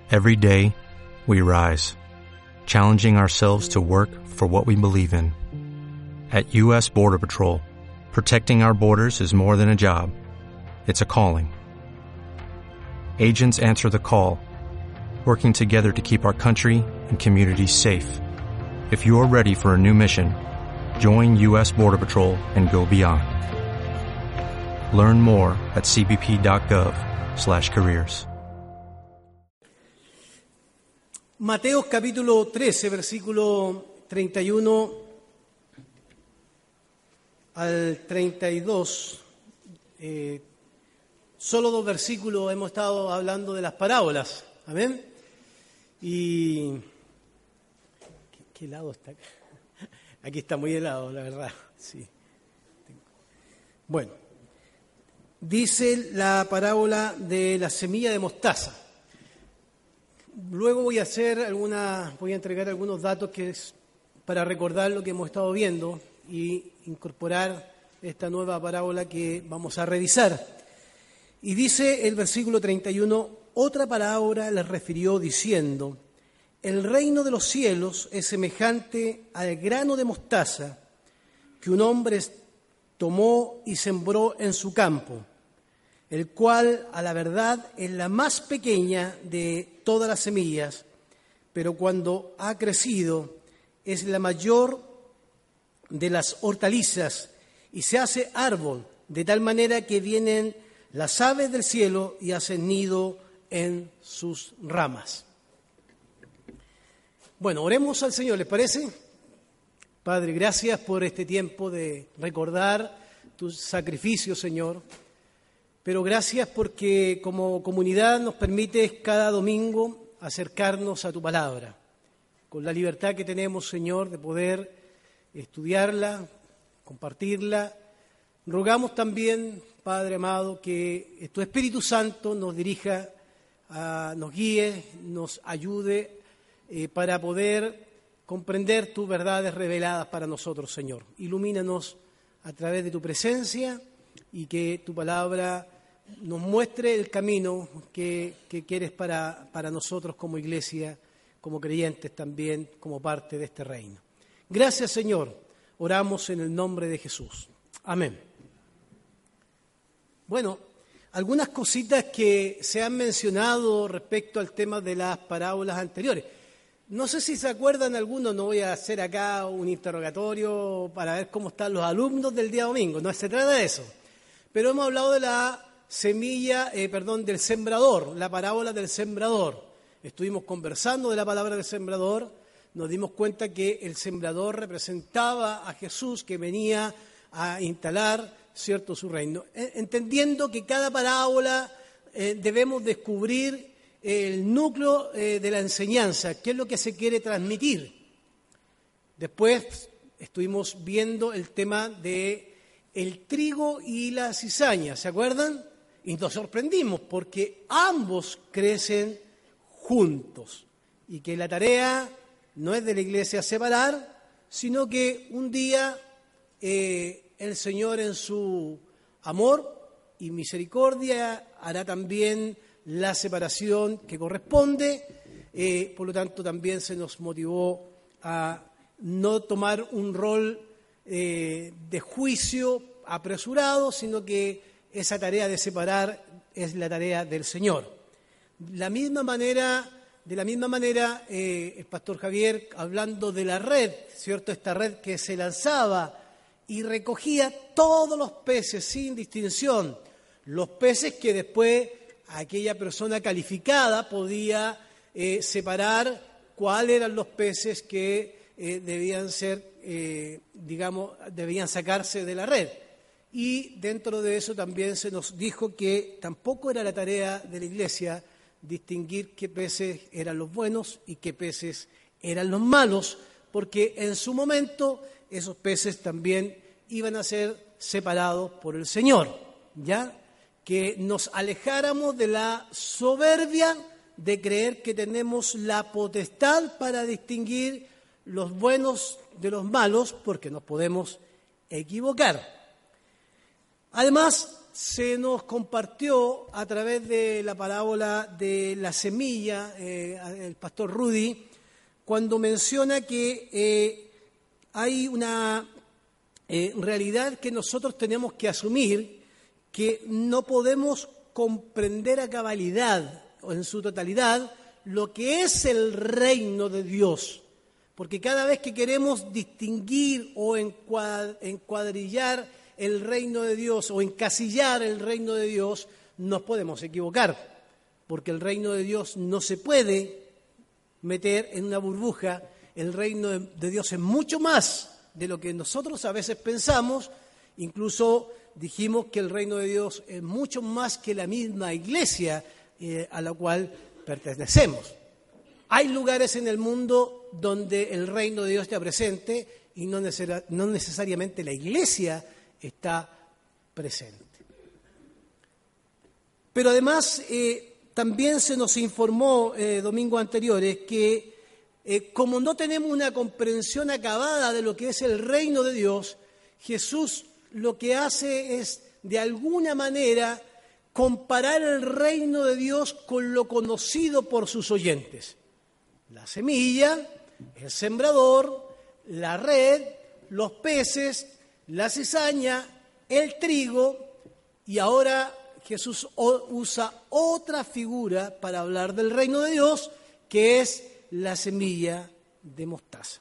Every day, we rise, challenging ourselves to work for what we believe in. At U.S. Border Patrol, protecting our borders is more than a job. It's a calling. Agents answer the call, working together to keep our country and communities safe. If you are ready for a new mission, join U.S. Border Patrol and go beyond. Learn more at cbp.gov/careers. Mateo capítulo 13, versículo 31 al 32. Solo 2 versículos hemos estado hablando de las parábolas. Amén. Y ¿qué helado está acá? Aquí está muy helado, la verdad. Sí. Bueno, dice la parábola de la semilla de mostaza. Luego voy a entregar algunos datos que es para recordar lo que hemos estado viendo y incorporar esta nueva parábola que vamos a revisar. Y dice el versículo 31, otra parábola les refirió diciendo, el reino de los cielos es semejante al grano de mostaza que un hombre tomó y sembró en su campo, el cual a la verdad es la más pequeña de todas las semillas, pero cuando ha crecido es la mayor de las hortalizas y se hace árbol, de tal manera que vienen las aves del cielo y hacen nido en sus ramas. Bueno, oremos al Señor, ¿les parece? Padre, gracias por este tiempo de recordar tu sacrificio, Señor. Pero gracias porque como comunidad nos permites cada domingo acercarnos a tu palabra, con la libertad que tenemos, Señor, de poder estudiarla, compartirla. Rogamos también, Padre amado, que tu Espíritu Santo nos dirija, nos guíe, nos ayude para poder comprender tus verdades reveladas para nosotros, Señor. Ilumínanos a través de tu presencia y que tu palabra nos muestre el camino que quieres para nosotros como iglesia, como creyentes también, como parte de este reino. Gracias, Señor. Oramos en el nombre de Jesús. Amén. Bueno, algunas cositas que se han mencionado respecto al tema de las parábolas anteriores. No sé si se acuerdan algunos, no voy a hacer acá un interrogatorio para ver cómo están los alumnos del día domingo, no se trata de eso. Pero hemos hablado de la del sembrador, la parábola del sembrador. Estuvimos conversando de la palabra del sembrador, nos dimos cuenta que el sembrador representaba a Jesús que venía a instalar, ¿cierto?, su reino. Entendiendo que cada parábola debemos descubrir el núcleo de la enseñanza, qué es lo que se quiere transmitir. Después estuvimos viendo el tema de el trigo y la cizaña, ¿se acuerdan? Y nos sorprendimos porque ambos crecen juntos y que la tarea no es de la iglesia separar, sino que un día el Señor en su amor y misericordia hará también la separación que corresponde, por lo tanto también se nos motivó a no tomar un rol de juicio apresurado, sino que esa tarea de separar es la tarea del Señor. De la misma manera, el pastor Javier, hablando de la red, ¿cierto? Esta red que se lanzaba y recogía todos los peces sin distinción, los peces que después aquella persona calificada podía separar cuáles eran los peces que debían sacarse de la red. Y dentro de eso también se nos dijo que tampoco era la tarea de la iglesia distinguir qué peces eran los buenos y qué peces eran los malos, porque en su momento esos peces también iban a ser separados por el Señor, ¿ya? Que nos alejáramos de la soberbia de creer que tenemos la potestad para distinguir los buenos de los malos, porque nos podemos equivocar. Además, se nos compartió a través de la parábola de la semilla, el pastor Rudy, cuando menciona que hay una realidad que nosotros tenemos que asumir, que no podemos comprender a cabalidad o en su totalidad lo que es el reino de Dios. Porque cada vez que queremos distinguir o encuadrillar el reino de Dios o encasillar el reino de Dios, nos podemos equivocar. Porque el reino de Dios no se puede meter en una burbuja. El reino de Dios es mucho más de lo que nosotros a veces pensamos. Incluso dijimos que el reino de Dios es mucho más que la misma iglesia a la cual pertenecemos. Hay lugares en el mundo donde el reino de Dios está presente y no necesariamente la iglesia está presente. Pero además también se nos informó domingos anteriores que como no tenemos una comprensión acabada de lo que es el reino de Dios, Jesús lo que hace es, de alguna manera, comparar el reino de Dios con lo conocido por sus oyentes. La semilla, el sembrador, la red, los peces, la cizaña, el trigo, y ahora Jesús usa otra figura para hablar del reino de Dios, que es la semilla de mostaza.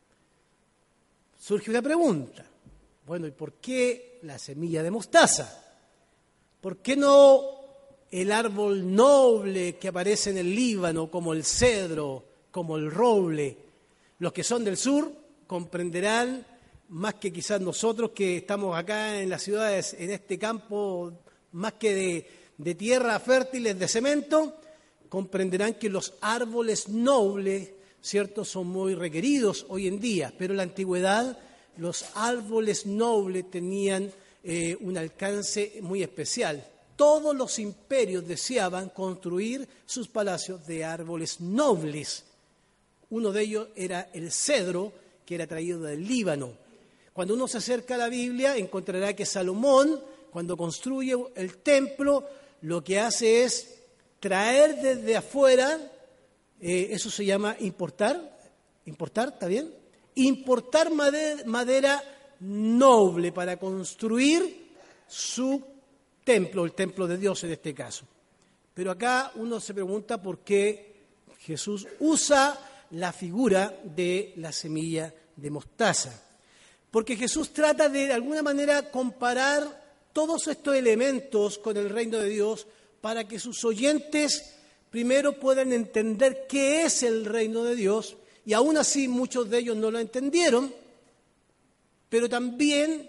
Surge una pregunta. Bueno, ¿y por qué la semilla de mostaza? ¿Por qué no el árbol noble que aparece en el Líbano, como el cedro, como el roble? Los que son del sur comprenderán, más que quizás nosotros que estamos acá en las ciudades, en este campo, más que de tierra fértiles, de cemento, comprenderán que los árboles nobles, ¿cierto?, son muy requeridos hoy en día, pero en la antigüedad los árboles nobles tenían un alcance muy especial. Todos los imperios deseaban construir sus palacios de árboles nobles. Uno de ellos era el cedro, que era traído del Líbano. Cuando uno se acerca a la Biblia, encontrará que Salomón, cuando construye el templo, lo que hace es traer desde afuera, eso se llama importar, ¿está bien? Importar madera noble para construir su templo, el templo de Dios en este caso. Pero acá uno se pregunta por qué Jesús usa la figura de la semilla de mostaza. Porque Jesús trata de alguna manera comparar todos estos elementos con el reino de Dios para que sus oyentes primero puedan entender qué es el reino de Dios, y aún así muchos de ellos no lo entendieron, pero también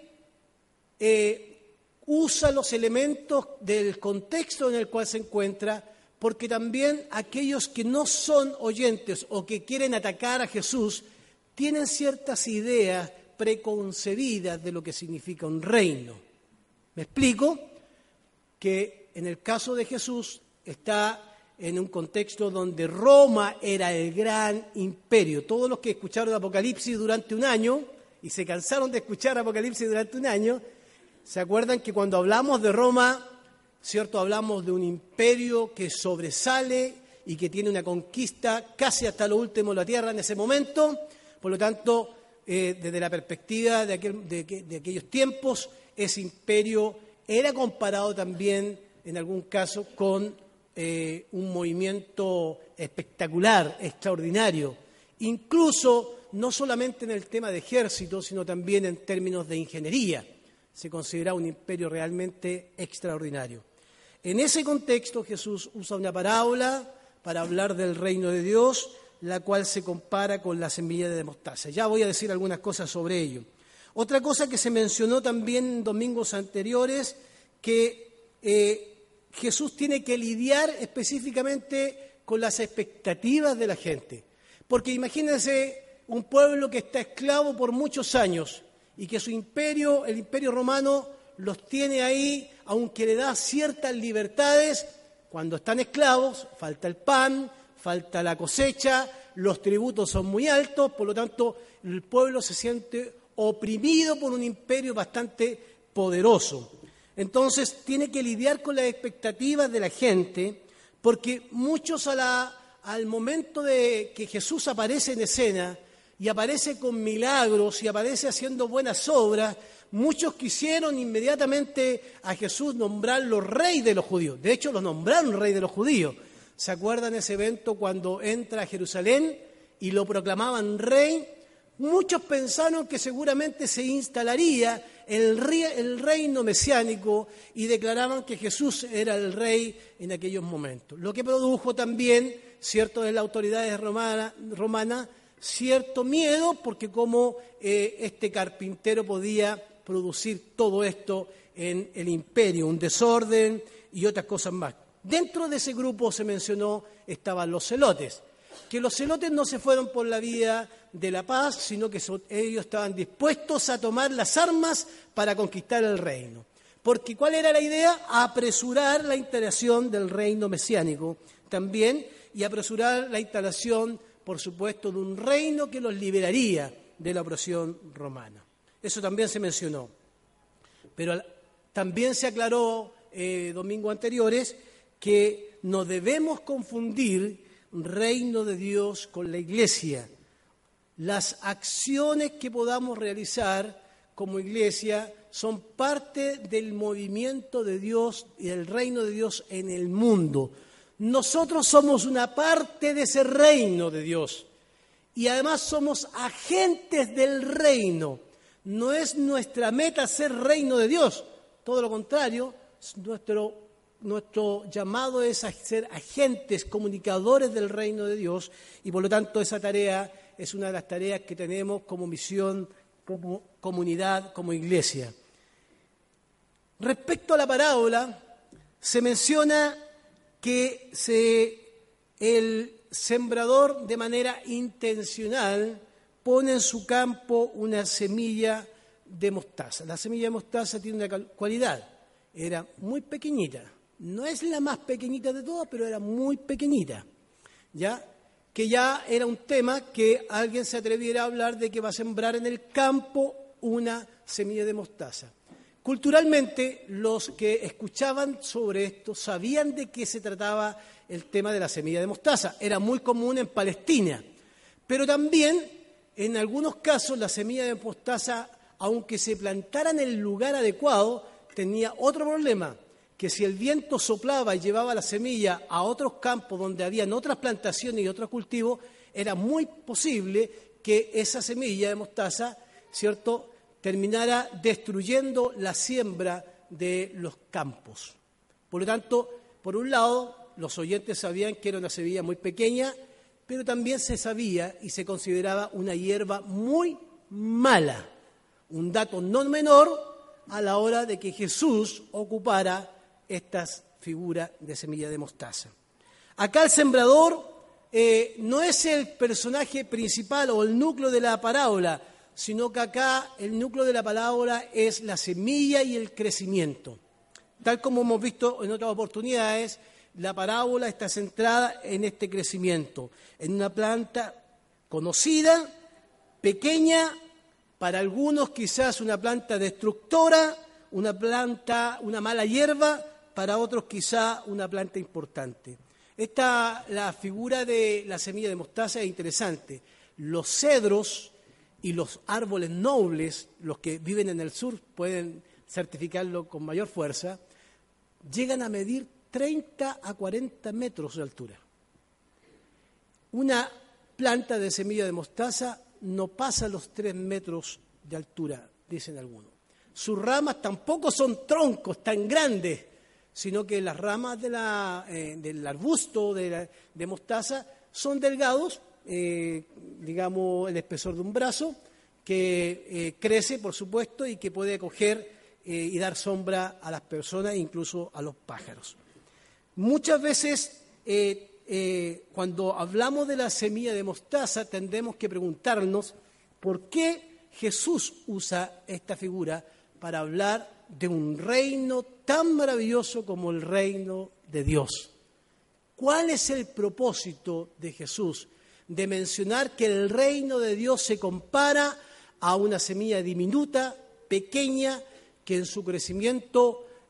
usa los elementos del contexto en el cual se encuentra, porque también aquellos que no son oyentes o que quieren atacar a Jesús tienen ciertas ideas preconcebidas de lo que significa un reino. ¿Me explico? Que en el caso de Jesús está en un contexto donde Roma era el gran imperio. Todos los que escucharon Apocalipsis durante un año y se cansaron de escuchar Apocalipsis durante un año, ¿se acuerdan que cuando hablamos de Roma, cierto, hablamos de un imperio que sobresale y que tiene una conquista casi hasta lo último de la tierra en ese momento? Por lo tanto, desde la perspectiva de aquellos tiempos, ese imperio era comparado también, en algún caso, con un movimiento espectacular, extraordinario, incluso no solamente en el tema de ejército, sino también en términos de ingeniería. Se considera un imperio realmente extraordinario. En ese contexto Jesús usa una parábola para hablar del reino de Dios, la cual se compara con la semilla de mostaza. Ya voy a decir algunas cosas sobre ello. Otra cosa que se mencionó también en domingos anteriores, que Jesús tiene que lidiar específicamente con las expectativas de la gente. Porque imagínense un pueblo que está esclavo por muchos años y que su imperio, el imperio romano, los tiene ahí, aunque le da ciertas libertades. Cuando están esclavos, falta el pan, falta la cosecha, los tributos son muy altos, por lo tanto el pueblo se siente oprimido por un imperio bastante poderoso. Entonces tiene que lidiar con las expectativas de la gente, porque muchos al momento de que Jesús aparece en escena y aparece con milagros y aparece haciendo buenas obras, muchos quisieron inmediatamente a Jesús nombrarlo rey de los judíos. De hecho, lo nombraron rey de los judíos. ¿Se acuerdan ese evento cuando entra a Jerusalén y lo proclamaban rey? Muchos pensaron que seguramente se instalaría el reino mesiánico y declaraban que Jesús era el rey en aquellos momentos. Lo que produjo también, cierto, de las autoridades romanas, cierto miedo, porque como este carpintero podía producir todo esto en el imperio, un desorden y otras cosas más. Dentro de ese grupo se mencionó, estaban los celotes, que los celotes no se fueron por la vía de la paz, sino que ellos estaban dispuestos a tomar las armas para conquistar el reino. Porque ¿cuál era la idea? Apresurar la instalación del reino mesiánico también y apresurar la instalación, por supuesto, de un reino que los liberaría de la opresión romana. Eso también se mencionó. Pero también se aclaró domingos anteriores que no debemos confundir reino de Dios con la Iglesia. Las acciones que podamos realizar como Iglesia son parte del movimiento de Dios y del reino de Dios en el mundo. Nosotros somos una parte de ese reino de Dios y además somos agentes del reino. No es nuestra meta ser reino de Dios, todo lo contrario, nuestro llamado es a ser agentes, comunicadores del reino de Dios y por lo tanto esa tarea es una de las tareas que tenemos como misión, como comunidad, como iglesia. Respecto a la parábola, se menciona que el sembrador de manera intencional pone en su campo una semilla de mostaza. La semilla de mostaza tiene una cualidad, era muy pequeñita. No es la más pequeñita de todas, pero era muy pequeñita, ¿ya? Que ya era un tema que alguien se atreviera a hablar de que va a sembrar en el campo una semilla de mostaza. Culturalmente, los que escuchaban sobre esto sabían de qué se trataba el tema de la semilla de mostaza. Era muy común en Palestina, pero también, en algunos casos, la semilla de mostaza, aunque se plantara en el lugar adecuado, tenía otro problema, que si el viento soplaba y llevaba la semilla a otros campos donde habían otras plantaciones y otros cultivos, era muy posible que esa semilla de mostaza, ¿cierto?, terminara destruyendo la siembra de los campos. Por lo tanto, por un lado, los oyentes sabían que era una semilla muy pequeña, pero también se sabía y se consideraba una hierba muy mala. Un dato no menor a la hora de que Jesús ocupara estas figuras de semilla de mostaza. Acá el sembrador no es el personaje principal o el núcleo de la parábola, sino que acá el núcleo de la parábola es la semilla y el crecimiento. Tal como hemos visto en otras oportunidades, la parábola está centrada en este crecimiento, en una planta conocida, pequeña, para algunos quizás una planta destructora, una mala hierba, para otros quizá una planta importante. La figura de la semilla de mostaza es interesante. Los cedros y los árboles nobles, los que viven en el sur pueden certificarlo con mayor fuerza, llegan a medir 30 a 40 metros de altura. Una planta de semilla de mostaza no pasa los 3 metros de altura, dicen algunos. Sus ramas tampoco son troncos tan grandes, sino que las ramas del arbusto de mostaza son delgados, digamos el espesor de un brazo, que crece, por supuesto, y que puede coger y dar sombra a las personas e incluso a los pájaros. Muchas veces, cuando hablamos de la semilla de mostaza, tendremos que preguntarnos por qué Jesús usa esta figura para hablar de un reino tan maravilloso como el reino de Dios. ¿Cuál es el propósito de Jesús de mencionar que el reino de Dios se compara a una semilla diminuta, pequeña, que en su crecimiento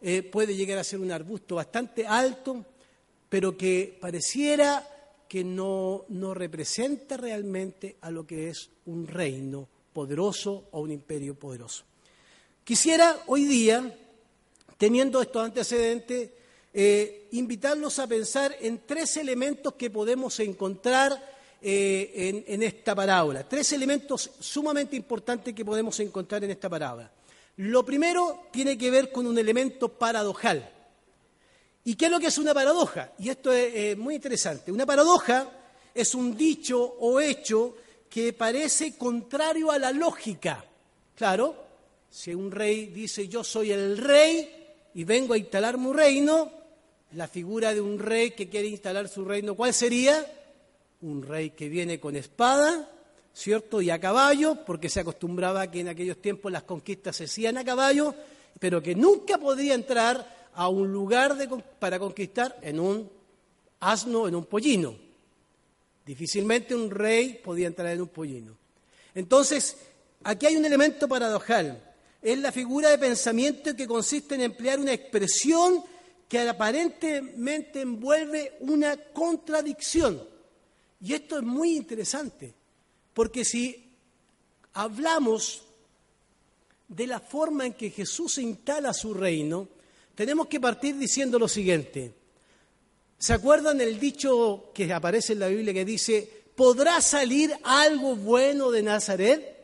puede llegar a ser un arbusto bastante alto, pero que pareciera que no representa realmente a lo que es un reino poderoso o un imperio poderoso. Quisiera hoy día, teniendo estos antecedentes, invitarlos a pensar en 3 elementos que podemos encontrar en esta parábola. 3 elementos sumamente importantes que podemos encontrar en esta parábola. Lo primero tiene que ver con un elemento paradojal. ¿Y qué es lo que es una paradoja? Y esto es muy interesante. Una paradoja es un dicho o hecho que parece contrario a la lógica. Claro, si un rey dice yo soy el rey y vengo a instalar mi reino, la figura de un rey que quiere instalar su reino, ¿cuál sería? Un rey que viene con espada, ¿cierto? Y a caballo, porque se acostumbraba que en aquellos tiempos las conquistas se hacían a caballo, pero que nunca podía entrar a un lugar para conquistar en un asno, en un pollino. Difícilmente un rey podía entrar en un pollino. Entonces, aquí hay un elemento paradojal. Es la figura de pensamiento que consiste en emplear una expresión que aparentemente envuelve una contradicción. Y esto es muy interesante, porque si hablamos de la forma en que Jesús instala su reino, tenemos que partir diciendo lo siguiente. ¿Se acuerdan del dicho que aparece en la Biblia que dice, ¿podrá salir algo bueno de Nazaret?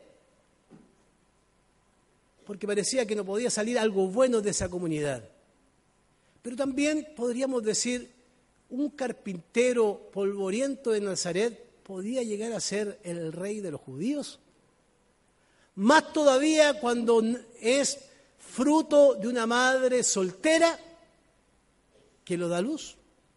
Porque parecía que no podía salir algo bueno de esa comunidad. Pero también podríamos decir, un carpintero polvoriento de Nazaret podía llegar a ser el rey de los judíos. Más todavía cuando es fruto de una madre soltera que lo da a luz.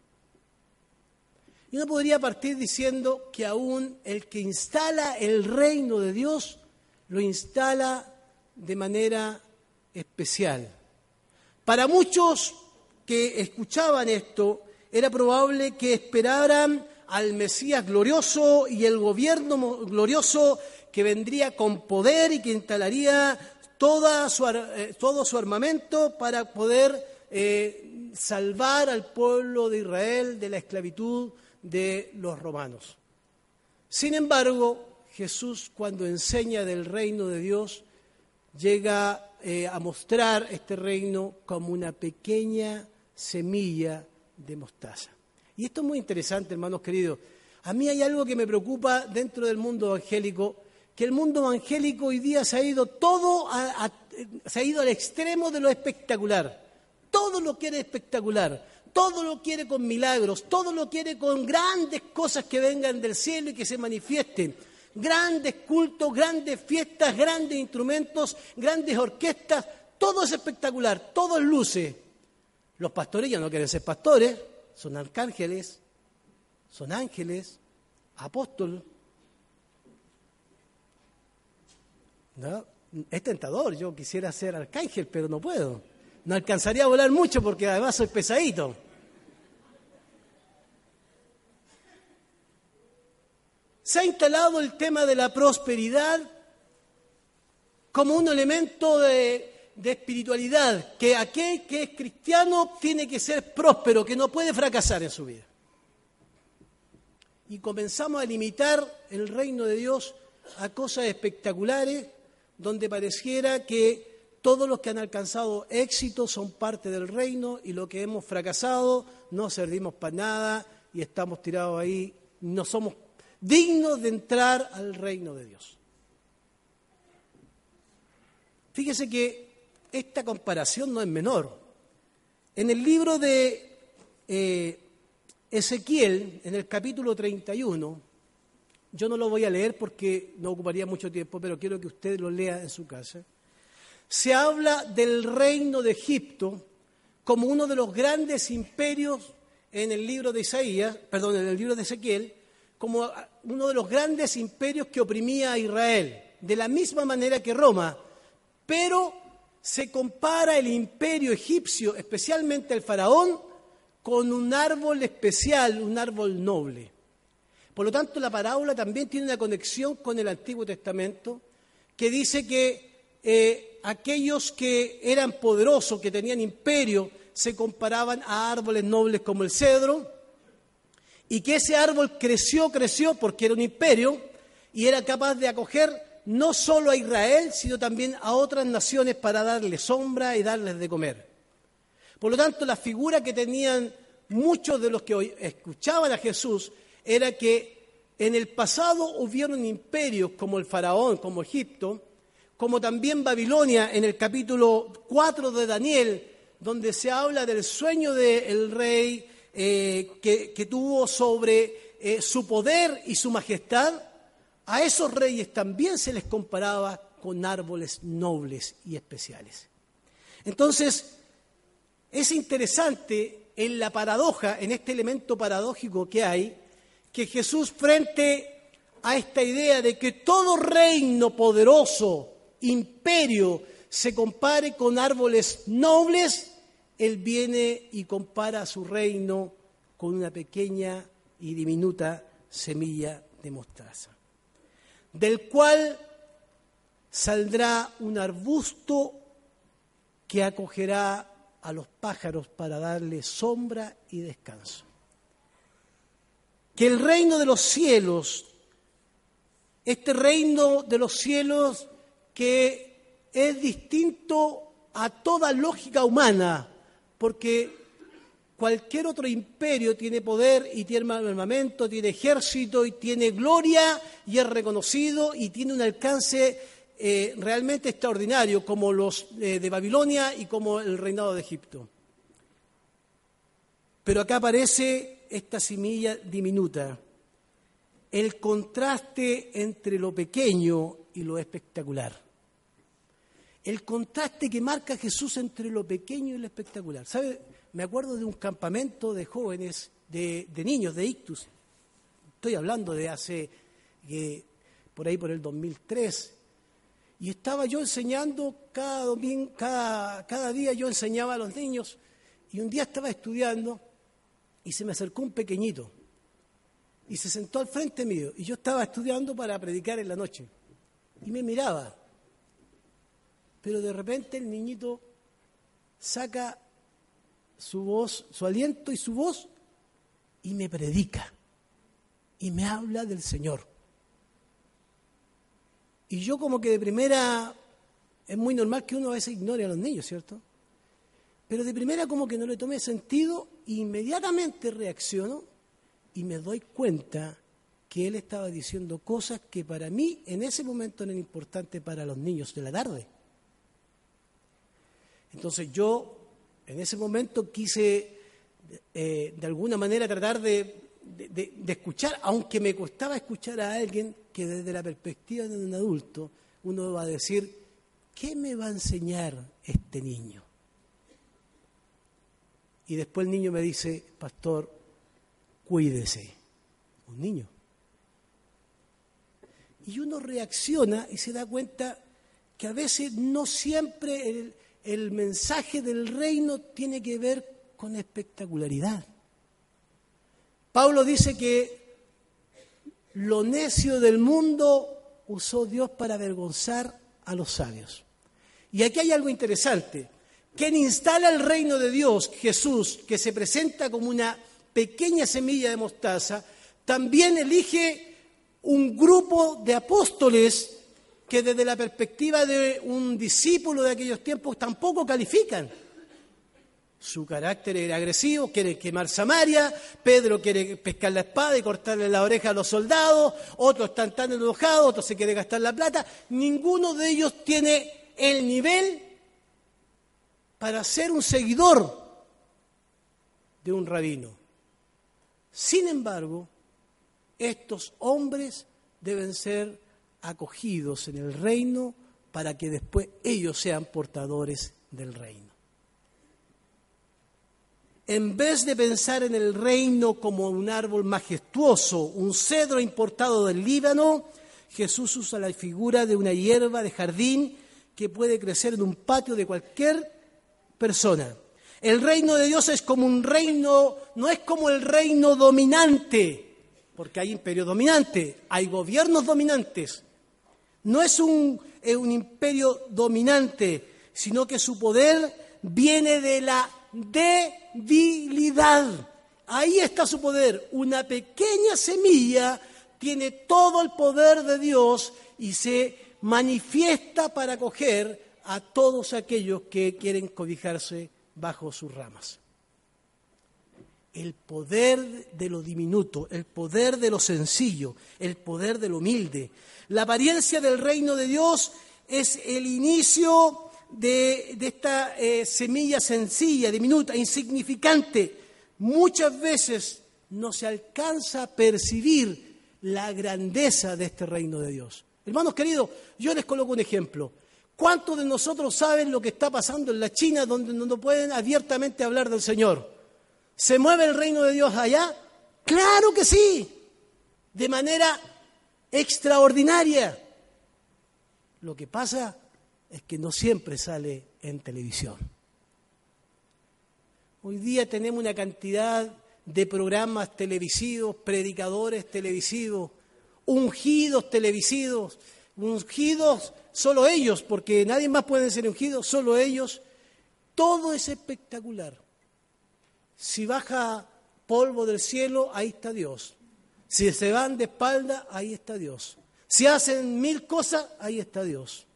Y uno podría partir diciendo que aún el que instala el reino de Dios lo instala de manera especial. Para muchos que escuchaban esto, era probable que esperaran al Mesías glorioso y el gobierno glorioso que vendría con poder y que instalaría todo su armamento para poder salvar al pueblo de Israel de la esclavitud de los romanos. Sin embargo, Jesús, cuando enseña del reino de Dios, llega a mostrar este reino como una pequeña semilla de mostaza. Y esto es muy interesante, hermanos queridos. A mí hay algo que me preocupa dentro del mundo evangélico, que el mundo evangélico hoy día se ha ido se ha ido al extremo de lo espectacular. Todo lo quiere espectacular, todo lo quiere con milagros, todo lo quiere con grandes cosas que vengan del cielo y que se manifiesten. Grandes cultos, grandes fiestas, grandes instrumentos, grandes orquestas, todo es espectacular, todo es luces. Los pastores ya no quieren ser pastores, son arcángeles, son ángeles, apóstoles. ¿No? Es tentador, yo quisiera ser arcángel, pero no puedo. No alcanzaría a volar mucho porque además soy pesadito. Se ha instalado el tema de la prosperidad como un elemento de espiritualidad, que aquel que es cristiano tiene que ser próspero, que no puede fracasar en su vida. Y comenzamos a limitar el reino de Dios a cosas espectaculares, donde pareciera que todos los que han alcanzado éxito son parte del reino y los que hemos fracasado no servimos para nada y estamos tirados ahí, no somos dignos de entrar al reino de Dios. Fíjese que esta comparación no es menor. En el libro de Ezequiel, en el capítulo 31, yo no lo voy a leer porque no ocuparía mucho tiempo, pero quiero que usted lo lea en su casa. Se habla del reino de Egipto como uno de los grandes imperios en el libro de en el libro de Ezequiel, como uno de los grandes imperios que oprimía a Israel, de la misma manera que Roma, pero se compara el imperio egipcio, especialmente el faraón, con un árbol especial, un árbol noble. Por lo tanto, la parábola también tiene una conexión con el Antiguo Testamento, que dice que aquellos que eran poderosos, que tenían imperio, se comparaban a árboles nobles como el cedro, y que ese árbol creció porque era un imperio y era capaz de acoger no solo a Israel, sino también a otras naciones para darles sombra y darles de comer. Por lo tanto, la figura que tenían muchos de los que hoy escuchaban a Jesús era que en el pasado hubieron imperios como el faraón, como Egipto, como también Babilonia en el capítulo 4 de Daniel, donde se habla del sueño del rey que tuvo sobre su poder y su majestad. A esos reyes también se les comparaba con árboles nobles y especiales. Entonces, es interesante en la paradoja, en este elemento paradójico que hay, que Jesús, frente a esta idea de que todo reino poderoso, imperio, se compare con árboles nobles, Él viene y compara su reino con una pequeña y diminuta semilla de mostaza, del cual saldrá un arbusto que acogerá a los pájaros para darles sombra y descanso. Que el reino de los cielos, este reino de los cielos que es distinto a toda lógica humana, porque cualquier otro imperio tiene poder y tiene armamento, tiene ejército y tiene gloria y es reconocido y tiene un alcance realmente extraordinario, como los de Babilonia y como el reinado de Egipto. Pero acá aparece esta semilla diminuta, el contraste entre lo pequeño y lo espectacular. El contraste que marca Jesús entre lo pequeño y lo espectacular. ¿Sabe? Me acuerdo de un campamento de jóvenes, de niños, de ictus. Estoy hablando de hace, por ahí por el 2003. Y estaba yo enseñando cada día yo enseñaba a los niños. Y un día estaba estudiando y se me acercó un pequeñito. Y se sentó al frente mío. Y yo estaba estudiando para predicar en la noche. Y me miraba. Pero de repente el niñito saca su voz, su aliento y su voz, y me predica, y me habla del Señor. Y yo como que de primera, es muy normal que uno a veces ignore a los niños, ¿cierto? Pero de primera como que no le tomé sentido, e inmediatamente reacciono, y me doy cuenta que él estaba diciendo cosas que para mí en ese momento eran importantes para los niños de la tarde. Entonces yo en ese momento quise de alguna manera tratar de escuchar, aunque me costaba escuchar a alguien que desde la perspectiva de un adulto uno va a decir, ¿qué me va a enseñar este niño? Y después el niño me dice, pastor, cuídese. Un niño. Y uno reacciona y se da cuenta que a veces no siempre el mensaje del reino tiene que ver con espectacularidad. Pablo dice que lo necio del mundo usó Dios para avergonzar a los sabios. Y aquí hay algo interesante. Quien instala el reino de Dios, Jesús, que se presenta como una pequeña semilla de mostaza, también elige un grupo de apóstoles que desde la perspectiva de un discípulo de aquellos tiempos tampoco califican. Su carácter era agresivo, quiere quemar Samaria, Pedro quiere pescar la espada y cortarle la oreja a los soldados, otros están tan enojados, otros se quiere gastar la plata. Ninguno de ellos tiene el nivel para ser un seguidor de un rabino. Sin embargo, estos hombres deben ser acogidos en el reino para que después ellos sean portadores del reino. En vez de pensar en el reino como un árbol majestuoso, un cedro importado del Líbano, Jesús usa la figura de una hierba de jardín que puede crecer en un patio de cualquier persona. El reino de Dios es como un reino, no es como el reino dominante, porque hay imperios dominantes, hay gobiernos dominantes. No es un imperio dominante, sino que su poder viene de la debilidad. Ahí está su poder. Una pequeña semilla tiene todo el poder de Dios y se manifiesta para acoger a todos aquellos que quieren cobijarse bajo sus ramas. El poder de lo diminuto, el poder de lo sencillo, el poder de lo humilde. La apariencia del reino de Dios es el inicio de esta semilla sencilla, diminuta, insignificante. Muchas veces no se alcanza a percibir la grandeza de este reino de Dios. Hermanos queridos, yo les coloco un ejemplo. ¿Cuántos de nosotros saben lo que está pasando en la China, donde no pueden abiertamente hablar del Señor? ¿Se mueve el reino de Dios allá? ¡Claro que sí! De manera extraordinaria. Lo que pasa es que no siempre sale en televisión. Hoy día tenemos una cantidad de programas televisivos, predicadores televisivos, ungidos televisivos, ungidos solo ellos, porque nadie más puede ser ungido, solo ellos. Todo es espectacular. Si baja polvo del cielo, ahí está Dios. Si se van de espalda, ahí está Dios. Si hacen 1000 cosas, ahí está Dios.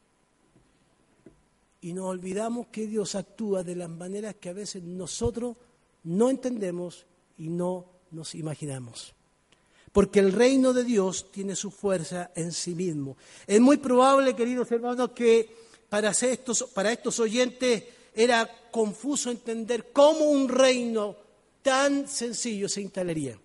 Y nos olvidamos que Dios actúa de las maneras que a veces nosotros no entendemos y no nos imaginamos. Porque el reino de Dios tiene su fuerza en sí mismo. Es muy probable, queridos hermanos, que para estos oyentes era confuso entender cómo un reino tan sencillo se instalaría.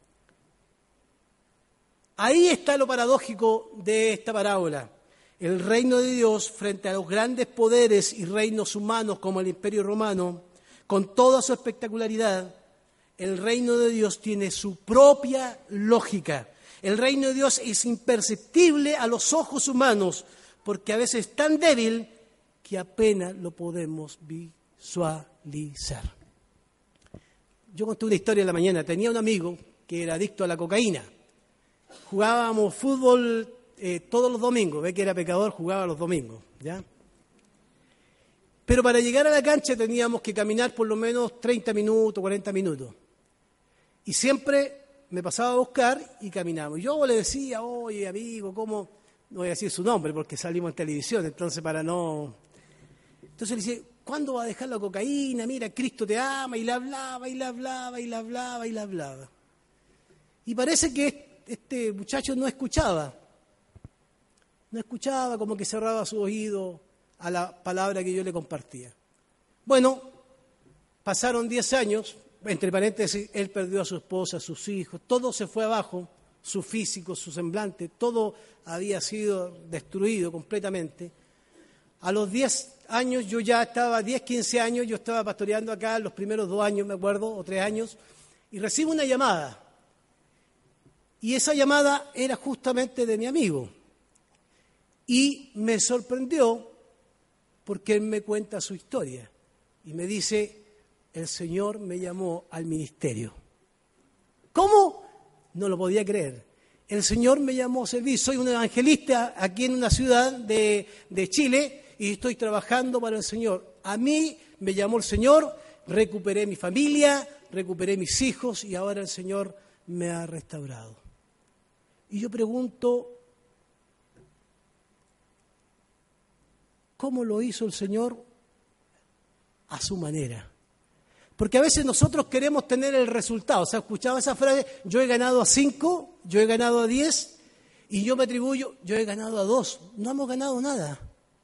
Ahí está lo paradójico de esta parábola. El reino de Dios, frente a los grandes poderes y reinos humanos como el Imperio Romano, con toda su espectacularidad, el reino de Dios tiene su propia lógica. El reino de Dios es imperceptible a los ojos humanos, porque a veces es tan débil que apenas lo podemos visualizar. Yo conté una historia en la mañana. Tenía un amigo que era adicto a la cocaína. Jugábamos fútbol todos los domingos. Ve que era pecador, jugaba los domingos, ¿ya? Pero para llegar a la cancha teníamos que caminar por lo menos 30 minutos, 40 minutos. Y siempre me pasaba a buscar y caminamos. Yo le decía, oye, amigo, ¿cómo? No voy a decir su nombre porque salimos en televisión, entonces para no... Entonces le decía, ¿cuándo va a dejar la cocaína? Mira, Cristo te ama, y le hablaba, y le hablaba, y le hablaba, y le hablaba. Y parece que este muchacho no escuchaba, como que cerraba su oído a la palabra que yo le compartía. Bueno, pasaron 10 años, entre paréntesis, él perdió a su esposa, a sus hijos, todo se fue abajo, su físico, su semblante, todo había sido destruido completamente. A los 10 años, yo ya estaba, 10, 15 años, yo estaba pastoreando acá, los primeros 2 años, me acuerdo, o 3 años, y recibo una llamada. Y esa llamada era justamente de mi amigo. Y me sorprendió porque él me cuenta su historia. Y me dice, el Señor me llamó al ministerio. ¿Cómo? No lo podía creer. El Señor me llamó a servir. Soy un evangelista aquí en una ciudad de Chile y estoy trabajando para el Señor. A mí me llamó el Señor, recuperé mi familia, recuperé mis hijos y ahora el Señor me ha restaurado. Y yo pregunto, ¿cómo lo hizo el Señor? A su manera. Porque a veces nosotros queremos tener el resultado. O sea, escuchaba esa frase, yo he ganado a 5, yo he ganado a 10, y yo me atribuyo, yo he ganado a 2. No hemos ganado nada.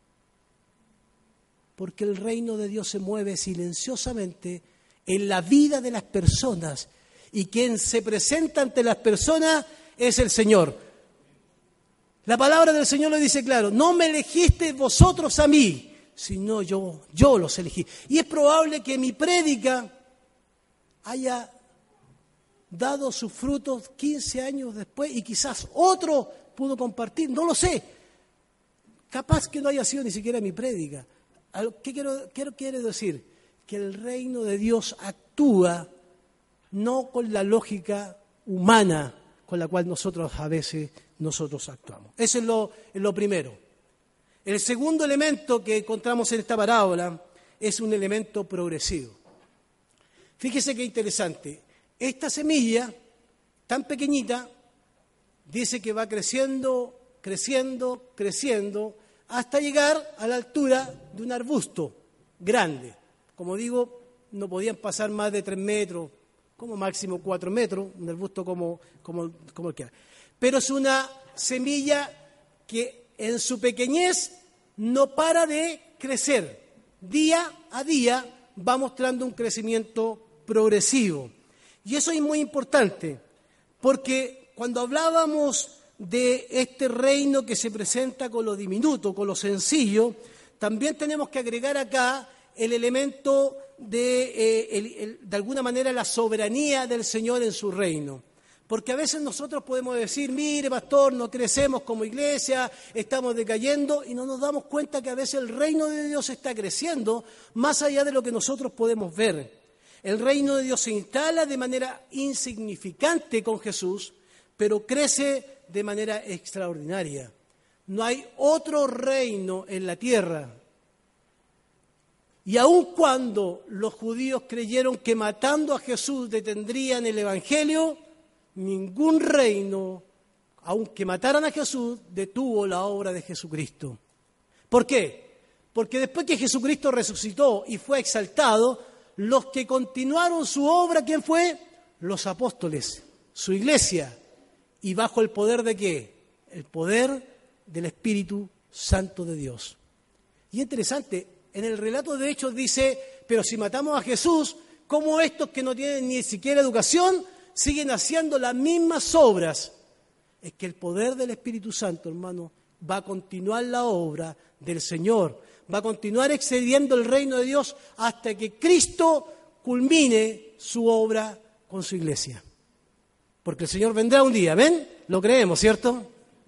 Porque el reino de Dios se mueve silenciosamente en la vida de las personas. Y quien se presenta ante las personas es el Señor. La palabra del Señor lo dice claro, no me elegisteis vosotros a mí, sino yo los elegí. Y es probable que mi prédica haya dado sus frutos 15 años después y quizás otro pudo compartir, no lo sé. Capaz que no haya sido ni siquiera mi prédica. ¿Qué quiero decir? Que el reino de Dios actúa no con la lógica humana, con la cual nosotros a veces actuamos. Eso es lo primero. El segundo elemento que encontramos en esta parábola es un elemento progresivo. Fíjese qué interesante. Esta semilla, tan pequeñita, dice que va creciendo, creciendo, creciendo, hasta llegar a la altura de un arbusto grande. Como digo, no podían pasar más de 3 metros, como máximo 4 metros, un arbusto como el que hay. Pero es una semilla que en su pequeñez no para de crecer. Día a día va mostrando un crecimiento progresivo. Y eso es muy importante, porque cuando hablábamos de este reino que se presenta con lo diminuto, con lo sencillo, también tenemos que agregar acá el elemento de alguna manera, la soberanía del Señor en su reino. Porque a veces nosotros podemos decir, mire, pastor, no crecemos como iglesia, estamos decayendo, y no nos damos cuenta que a veces el reino de Dios está creciendo más allá de lo que nosotros podemos ver. El reino de Dios se instala de manera insignificante con Jesús, pero crece de manera extraordinaria. No hay otro reino en la tierra. Y aun cuando los judíos creyeron que matando a Jesús detendrían el Evangelio, ningún reino, aunque mataran a Jesús, detuvo la obra de Jesucristo. ¿Por qué? Porque después que Jesucristo resucitó y fue exaltado, los que continuaron su obra, ¿quién fue? Los apóstoles, su iglesia. ¿Y bajo el poder de qué? El poder del Espíritu Santo de Dios. Y es interesante, en el relato de Hechos dice, pero si matamos a Jesús, ¿cómo estos que no tienen ni siquiera educación siguen haciendo las mismas obras? Es que el poder del Espíritu Santo, hermano, va a continuar la obra del Señor, va a continuar excediendo el reino de Dios hasta que Cristo culmine su obra con su iglesia. Porque el Señor vendrá un día, ¿ven? Lo creemos, ¿cierto?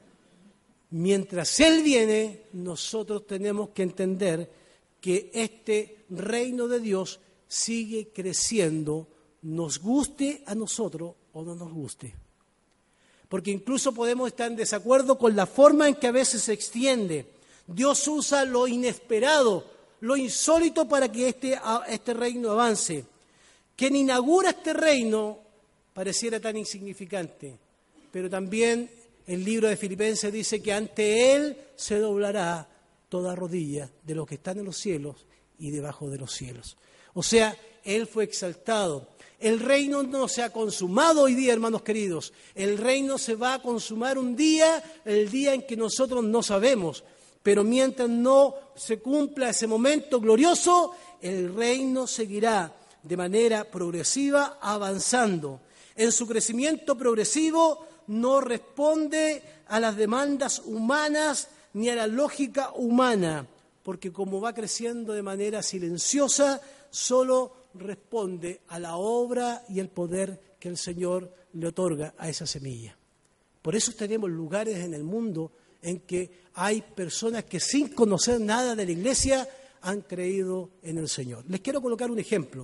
Mientras Él viene, nosotros tenemos que entender que este reino de Dios sigue creciendo, nos guste a nosotros o no nos guste. Porque incluso podemos estar en desacuerdo con la forma en que a veces se extiende. Dios usa lo inesperado, lo insólito para que este reino avance. Quien inaugura este reino pareciera tan insignificante, pero también el libro de Filipenses dice que ante Él se doblará toda rodilla de los que están en los cielos y debajo de los cielos. O sea, Él fue exaltado. El reino no se ha consumado hoy día, hermanos queridos. El reino se va a consumar un día, el día en que nosotros no sabemos. Pero mientras no se cumpla ese momento glorioso, el reino seguirá de manera progresiva avanzando. En su crecimiento progresivo no responde a las demandas humanas ni a la lógica humana, porque como va creciendo de manera silenciosa, solo responde a la obra y el poder que el Señor le otorga a esa semilla. Por eso tenemos lugares en el mundo en que hay personas que sin conocer nada de la iglesia han creído en el Señor. Les quiero colocar un ejemplo.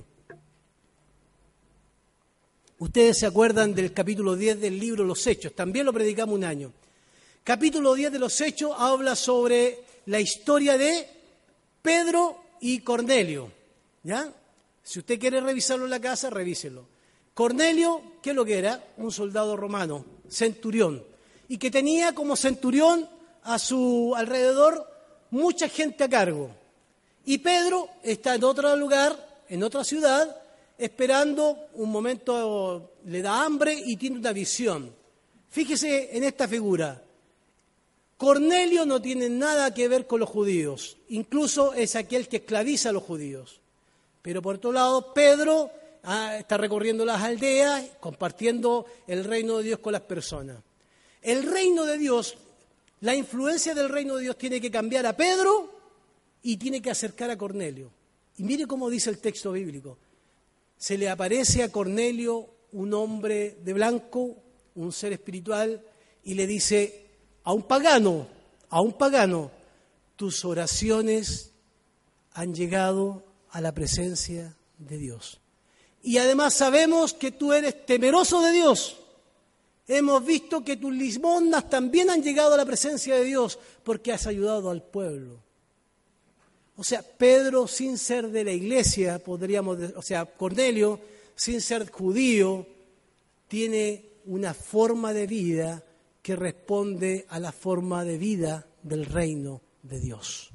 Ustedes se acuerdan del capítulo 10 del libro Los Hechos, también lo predicamos un año. Capítulo 10 de Los Hechos habla sobre la historia de Pedro y Cornelio, ¿ya? Si usted quiere revisarlo en la casa, revíselo. Cornelio, ¿qué es lo que era? Un soldado romano, centurión, y que tenía como centurión a su alrededor mucha gente a cargo. Y Pedro está en otro lugar, en otra ciudad, esperando un momento, le da hambre y tiene una visión. Fíjese en esta figura. Cornelio no tiene nada que ver con los judíos, incluso es aquel que esclaviza a los judíos. Pero por otro lado, Pedro está recorriendo las aldeas, compartiendo el reino de Dios con las personas. El reino de Dios, la influencia del reino de Dios tiene que cambiar a Pedro y tiene que acercar a Cornelio. Y mire cómo dice el texto bíblico. Se le aparece a Cornelio un hombre de blanco, un ser espiritual, y le dice a un pagano, tus oraciones han llegado a la presencia de Dios. Y además sabemos que tú eres temeroso de Dios Hemos visto que tus limosnas también han llegado a la presencia de Dios porque has ayudado al pueblo. O sea, Pedro, sin ser de la iglesia, Cornelio, sin ser judío, tiene una forma de vida que responde a la forma de vida del reino de Dios.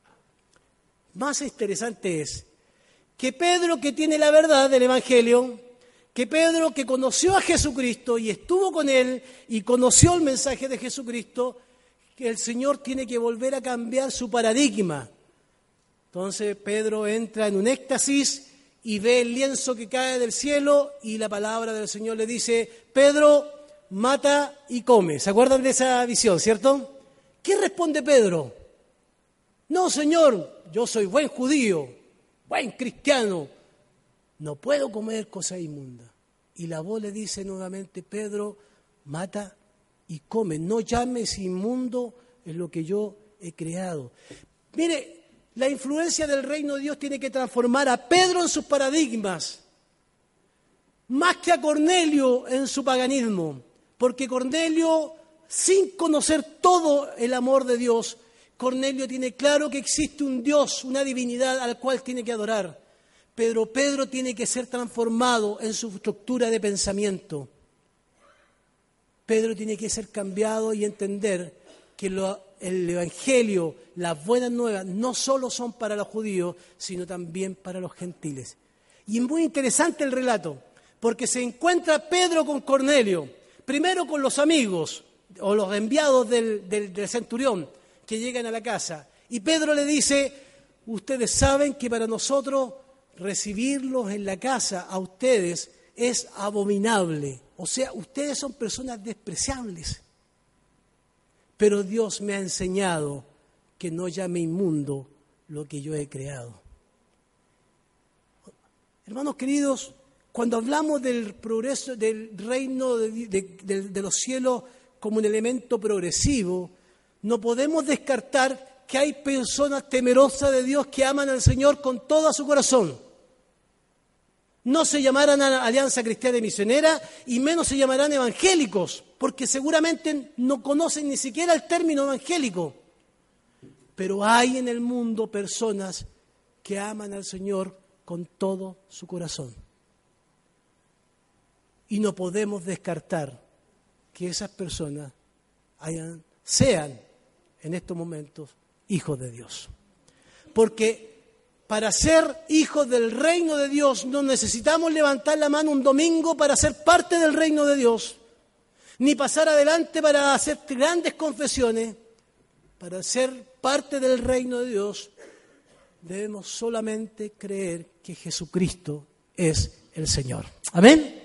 Más interesante es que Pedro, que tiene la verdad del Evangelio, que Pedro, que conoció a Jesucristo y estuvo con Él y conoció el mensaje de Jesucristo, que el Señor tiene que volver a cambiar su paradigma. Entonces Pedro entra en un éxtasis y ve el lienzo que cae del cielo y la palabra del Señor le dice: Pedro, mata y come. ¿Se acuerdan de esa visión, cierto? ¿Qué responde Pedro? No, Señor, yo soy buen judío, buen cristiano, no puedo comer cosas inmundas. Y la voz le dice nuevamente: Pedro, mata y come, no llames inmundo en lo que yo he creado. Mire, la influencia del reino de Dios tiene que transformar a Pedro en sus paradigmas, más que a Cornelio en su paganismo, porque Cornelio, sin conocer todo el amor de Dios, Cornelio tiene claro que existe un Dios, una divinidad al cual tiene que adorar. Pero Pedro tiene que ser transformado en su estructura de pensamiento. Pedro tiene que ser cambiado y entender que el Evangelio, las buenas nuevas, no solo son para los judíos, sino también para los gentiles. Y es muy interesante el relato, porque se encuentra Pedro con Cornelio, primero con los amigos o los enviados del centurión que llegan a la casa. Y Pedro le dice: ustedes saben que para nosotros recibirlos en la casa a ustedes es abominable. O sea, ustedes son personas despreciables. Pero Dios me ha enseñado que no llame inmundo lo que yo he creado. Hermanos queridos, cuando hablamos del progreso del reino de los cielos como un elemento progresivo, no podemos descartar que hay personas temerosas de Dios que aman al Señor con todo su corazón. No se llamarán Alianza Cristiana y Misionera y menos se llamarán evangélicos, porque seguramente no conocen ni siquiera el término evangélico. Pero hay en el mundo personas que aman al Señor con todo su corazón. Y no podemos descartar que esas personas sean en estos momentos hijos de Dios. Porque para ser hijos del reino de Dios no necesitamos levantar la mano un domingo para ser parte del reino de Dios, ni pasar adelante para hacer grandes confesiones. Para ser parte del reino de Dios debemos solamente creer que Jesucristo es el Señor. Amén.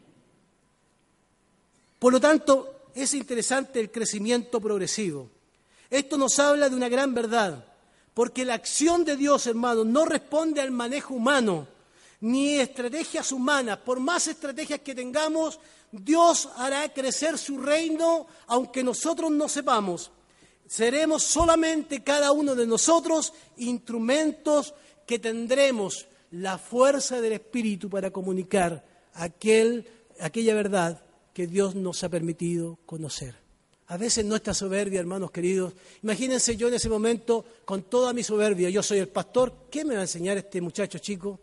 Por lo tanto, es interesante el crecimiento progresivo. Esto nos habla de una gran verdad. Porque la acción de Dios, hermanos, no responde al manejo humano, ni estrategias humanas. Por más estrategias que tengamos, Dios hará crecer su reino, aunque nosotros no sepamos. Seremos solamente cada uno de nosotros instrumentos que tendremos la fuerza del Espíritu para comunicar aquella verdad que Dios nos ha permitido conocer. A veces nuestra soberbia, hermanos queridos, imagínense yo en ese momento con toda mi soberbia, yo soy el pastor, ¿qué me va a enseñar este muchacho chico?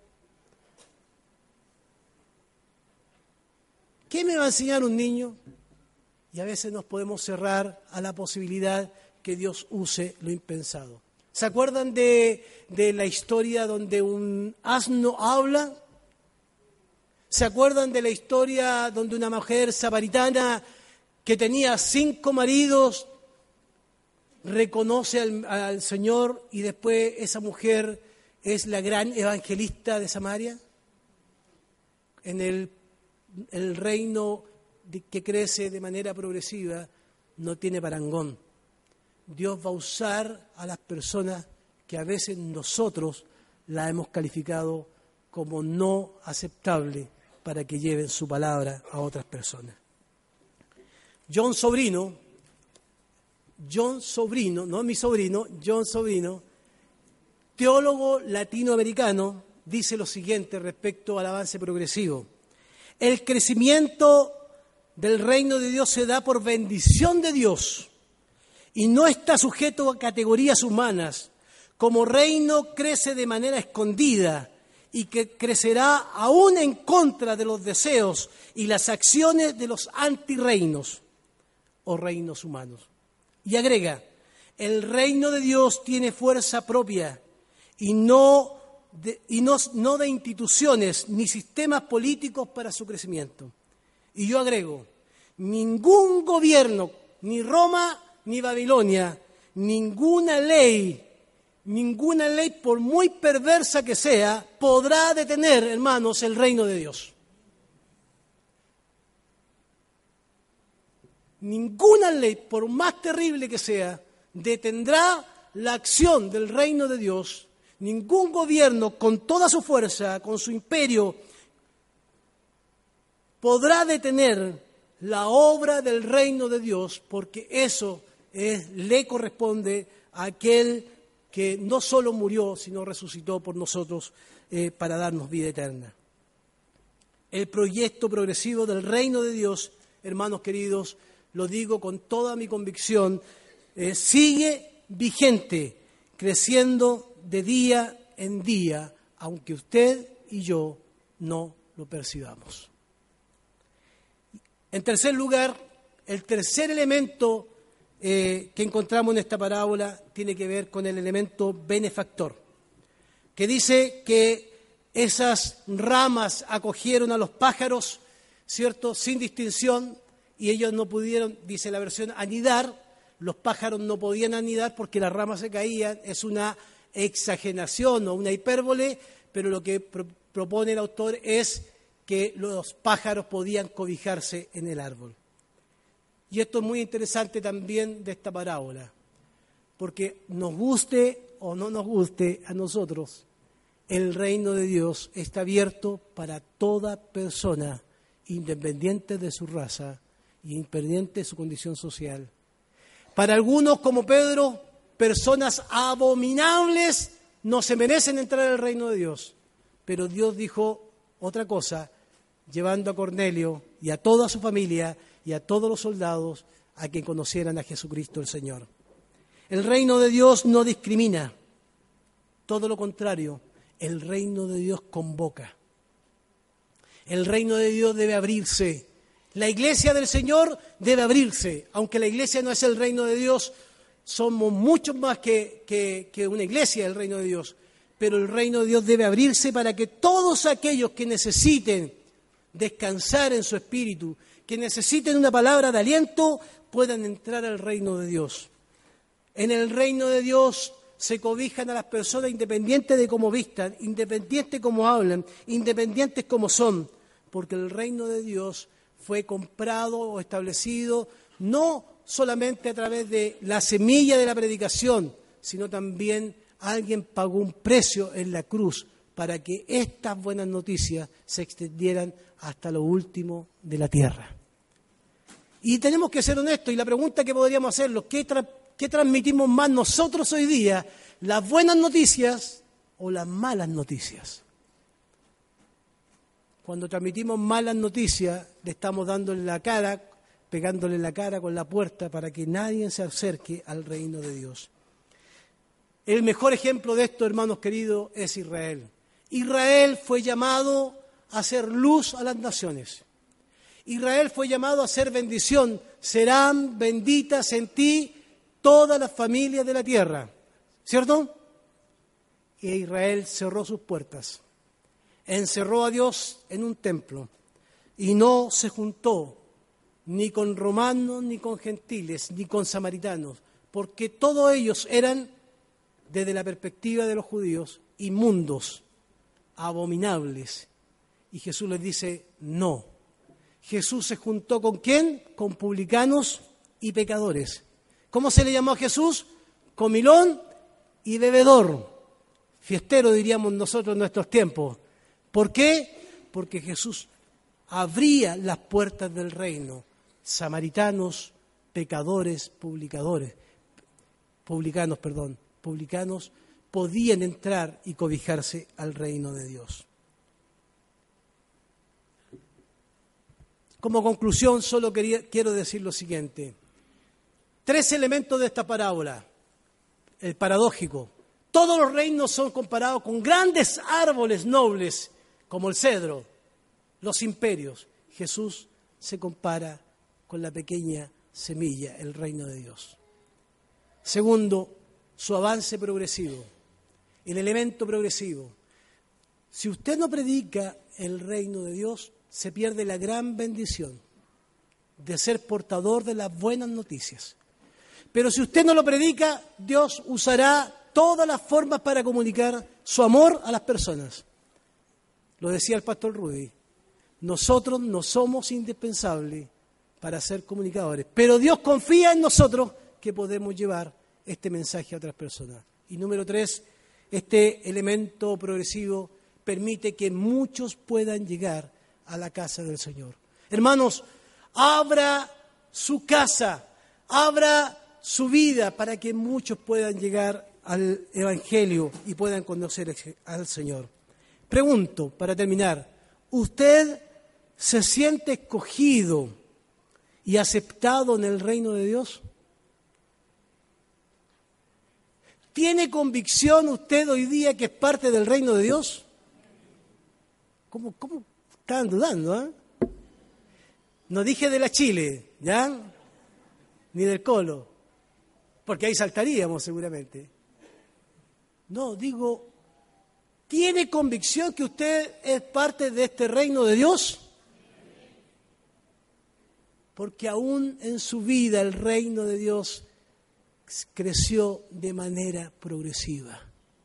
¿Qué me va a enseñar un niño? Y a veces nos podemos cerrar a la posibilidad que Dios use lo impensado. ¿Se acuerdan de la historia donde un asno habla? ¿Se acuerdan de la historia donde una mujer samaritana que tenía 5 maridos reconoce al Señor y después esa mujer es la gran evangelista de Samaria? En el reino que crece de manera progresiva no tiene parangón. Dios va a usar a las personas que a veces nosotros las hemos calificado como no aceptable para que lleven su palabra a otras personas. John Sobrino, no mi sobrino, John Sobrino, teólogo latinoamericano, dice lo siguiente respecto al avance progresivo. El crecimiento del reino de Dios se da por bendición de Dios y no está sujeto a categorías humanas. Como reino crece de manera escondida y que crecerá aún en contra de los deseos y las acciones de los antirreinos o reinos humanos. Y agrega, el reino de Dios tiene fuerza propia y no de instituciones ni sistemas políticos para su crecimiento. Y yo agrego, ningún gobierno, ni Roma ni Babilonia, ninguna ley por muy perversa que sea, podrá detener, hermanos, el reino de Dios. Ninguna ley, por más terrible que sea, detendrá la acción del reino de Dios. Ningún gobierno, con toda su fuerza, con su imperio, podrá detener la obra del reino de Dios, porque eso le corresponde a aquel que no solo murió, sino resucitó por nosotros para darnos vida eterna. El proyecto progresivo del reino de Dios, hermanos queridos, lo digo con toda mi convicción, sigue vigente, creciendo de día en día, aunque usted y yo no lo percibamos. En tercer lugar, el tercer elemento que encontramos en esta parábola tiene que ver con el elemento benefactor, que dice que esas ramas acogieron a los pájaros, ¿cierto?, sin distinción, y ellos no pudieron, dice la versión, anidar. Los pájaros no podían anidar porque las ramas se caían. Es una exageración o una hipérbole, pero lo que propone el autor es que los pájaros podían cobijarse en el árbol. Y esto es muy interesante también de esta parábola, porque nos guste o no nos guste a nosotros, el reino de Dios está abierto para toda persona, independiente de su raza y independiente de su condición social. Para algunos, como Pedro, personas abominables no se merecen entrar al reino de Dios. Pero Dios dijo otra cosa, llevando a Cornelio y a toda su familia y a todos los soldados a que conocieran a Jesucristo el Señor. El reino de Dios no discrimina, todo lo contrario, el reino de Dios convoca. El reino de Dios debe abrirse. La iglesia del Señor debe abrirse. Aunque la iglesia no es el reino de Dios, somos mucho más que una iglesia del reino de Dios. Pero el reino de Dios debe abrirse para que todos aquellos que necesiten descansar en su espíritu, que necesiten una palabra de aliento, puedan entrar al reino de Dios. En el reino de Dios se cobijan a las personas independientes de cómo vistan, independientes de cómo hablan, independientes como son, porque el reino de Dios fue comprado o establecido no solamente a través de la semilla de la predicación, sino también alguien pagó un precio en la cruz para que estas buenas noticias se extendieran hasta lo último de la tierra. Y tenemos que ser honestos, y la pregunta que podríamos hacerlo, ¿qué transmitimos más nosotros hoy día? ¿Las buenas noticias o las malas noticias? Cuando transmitimos malas noticias, le estamos dándole la cara, pegándole la cara con la puerta para que nadie se acerque al reino de Dios. El mejor ejemplo de esto, hermanos queridos, es Israel. Israel fue llamado a hacer luz a las naciones. Israel fue llamado a hacer bendición. Serán benditas en ti todas las familias de la tierra. ¿Cierto? Y Israel cerró sus puertas. Encerró a Dios en un templo y no se juntó ni con romanos, ni con gentiles, ni con samaritanos, porque todos ellos eran, desde la perspectiva de los judíos, inmundos, abominables. Y Jesús les dice, no. Jesús se juntó ¿con quién? Con publicanos y pecadores. ¿Cómo se le llamó a Jesús? Comilón y bebedor. Fiestero, diríamos nosotros en nuestros tiempos. ¿Por qué? Porque Jesús abría las puertas del reino. Samaritanos, pecadores, publicanos podían entrar y cobijarse al reino de Dios. Como conclusión, solo quiero decir lo siguiente. 3 elementos de esta parábola. El paradójico. Todos los reinos son comparados con grandes árboles nobles, como el cedro, los imperios. Jesús se compara con la pequeña semilla, el reino de Dios. Segundo, su avance progresivo, el elemento progresivo. Si usted no predica el reino de Dios, se pierde la gran bendición de ser portador de las buenas noticias. Pero si usted no lo predica, Dios usará todas las formas para comunicar su amor a las personas. Lo decía el pastor Rudy, nosotros no somos indispensables para ser comunicadores, pero Dios confía en nosotros que podemos llevar este mensaje a otras personas. Y número 3, este elemento progresivo permite que muchos puedan llegar a la casa del Señor. Hermanos, abra su casa, abra su vida para que muchos puedan llegar al Evangelio y puedan conocer al Señor. Pregunto, para terminar, ¿usted se siente escogido y aceptado en el reino de Dios? ¿Tiene convicción usted hoy día que es parte del reino de Dios? ¿Cómo estaban dudando? No dije de la Chile, ¿ya? Ni del Colo, porque ahí saltaríamos seguramente. No, digo, ¿tiene convicción que usted es parte de este reino de Dios? Porque aún en su vida el reino de Dios creció de manera progresiva.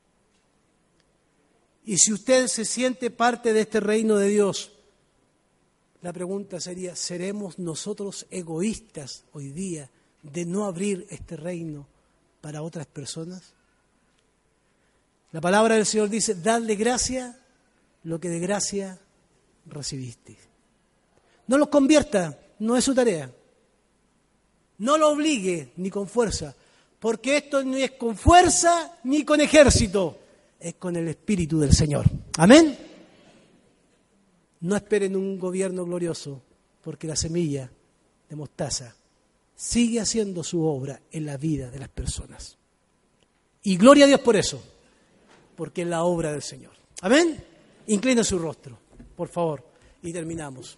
Y si usted se siente parte de este reino de Dios, la pregunta sería, ¿seremos nosotros egoístas hoy día de no abrir este reino para otras personas? La palabra del Señor dice, dadle gracia lo que de gracia recibiste. No los convierta, no es su tarea. No lo obligue ni con fuerza, porque esto no es con fuerza ni con ejército, es con el Espíritu del Señor. Amén. No esperen un gobierno glorioso, porque la semilla de mostaza sigue haciendo su obra en la vida de las personas. Y gloria a Dios por eso, porque es la obra del Señor. Amén. Inclina su rostro, por favor, y terminamos.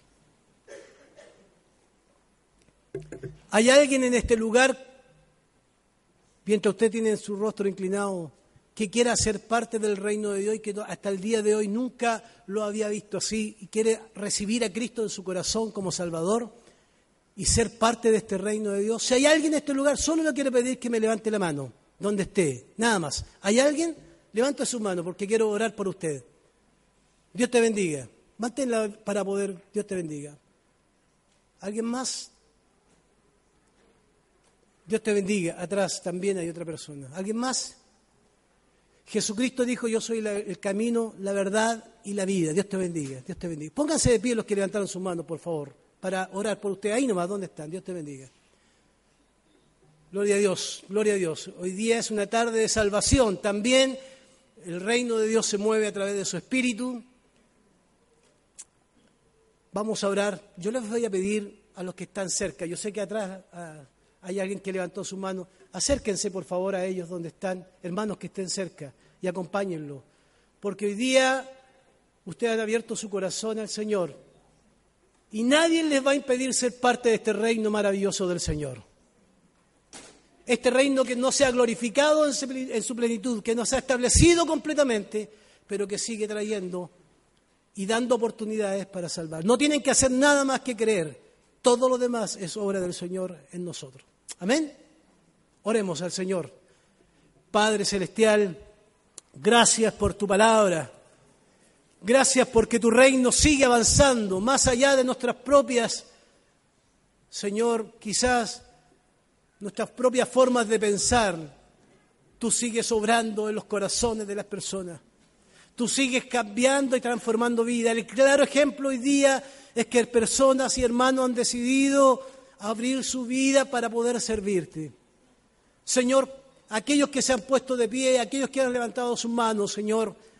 ¿Hay alguien en este lugar, mientras usted tiene su rostro inclinado, que quiera ser parte del reino de Dios y que hasta el día de hoy nunca lo había visto así y quiere recibir a Cristo en su corazón como Salvador y ser parte de este reino de Dios? Si hay alguien en este lugar, solo le quiero pedir que me levante la mano, donde esté, nada más. ¿Hay alguien? Levante su mano porque quiero orar por usted. Dios te bendiga. Manténla para poder, Dios te bendiga. ¿Alguien más? Dios te bendiga. Atrás también hay otra persona. ¿Alguien más? Jesucristo dijo, yo soy el camino, la verdad y la vida. Dios te bendiga, Dios te bendiga. Pónganse de pie los que levantaron sus manos, por favor, para orar por usted. Ahí nomás, ¿dónde están? Dios te bendiga. Gloria a Dios, gloria a Dios. Hoy día es una tarde de salvación. También el reino de Dios se mueve a través de su Espíritu. Vamos a orar. Yo les voy a pedir a los que están cerca. Yo sé que atrás hay alguien que levantó su mano. Acérquense, por favor, a ellos donde están, hermanos que estén cerca, y acompáñenlo. Porque hoy día ustedes han abierto su corazón al Señor y nadie les va a impedir ser parte de este reino maravilloso del Señor. Este reino que no se ha glorificado en su plenitud, que no se ha establecido completamente, pero que sigue trayendo y dando oportunidades para salvar. No tienen que hacer nada más que creer. Todo lo demás es obra del Señor en nosotros. Amén. Oremos al Señor. Padre Celestial, gracias por tu palabra. Gracias porque tu reino sigue avanzando más allá de nuestras propias, Señor, quizás nuestras propias formas de pensar. Tú sigues obrando en los corazones de las personas. Tú sigues cambiando y transformando vida. El claro ejemplo hoy día es que personas y hermanos han decidido abrir su vida para poder servirte. Señor, aquellos que se han puesto de pie, aquellos que han levantado sus manos, Señor,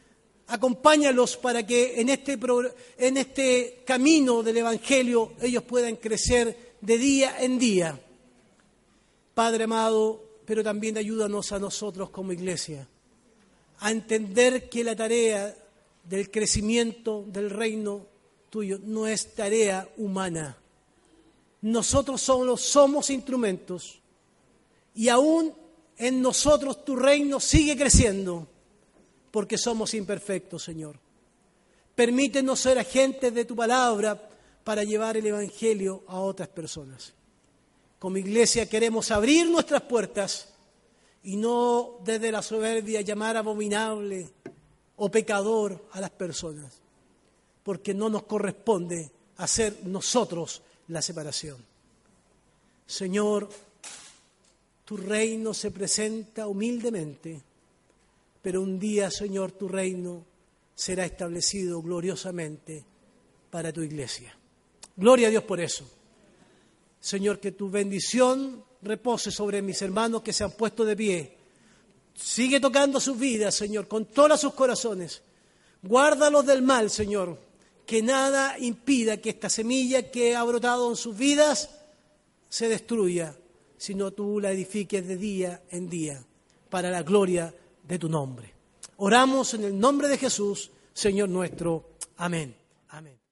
Acompáñalos para que en este camino del Evangelio ellos puedan crecer de día en día. Padre amado, pero también ayúdanos a nosotros como iglesia a entender que la tarea del crecimiento del reino tuyo no es tarea humana. Nosotros somos instrumentos y aún en nosotros tu reino sigue creciendo porque somos imperfectos, Señor. Permítenos ser agentes de tu palabra para llevar el Evangelio a otras personas. Como iglesia queremos abrir nuestras puertas y no desde la soberbia llamar abominable o pecador a las personas, porque no nos corresponde hacer nosotros la separación. Señor, tu reino se presenta humildemente, pero un día, Señor, tu reino será establecido gloriosamente para tu iglesia. Gloria a Dios por eso. Señor, que tu bendición repose sobre mis hermanos que se han puesto de pie. Sigue tocando sus vidas, Señor, con todos sus corazones. Guárdalos del mal, Señor. Que nada impida que esta semilla que ha brotado en sus vidas se destruya, sino tú la edifiques de día en día para la gloria de tu nombre. Oramos en el nombre de Jesús, Señor nuestro. Amén. Amén.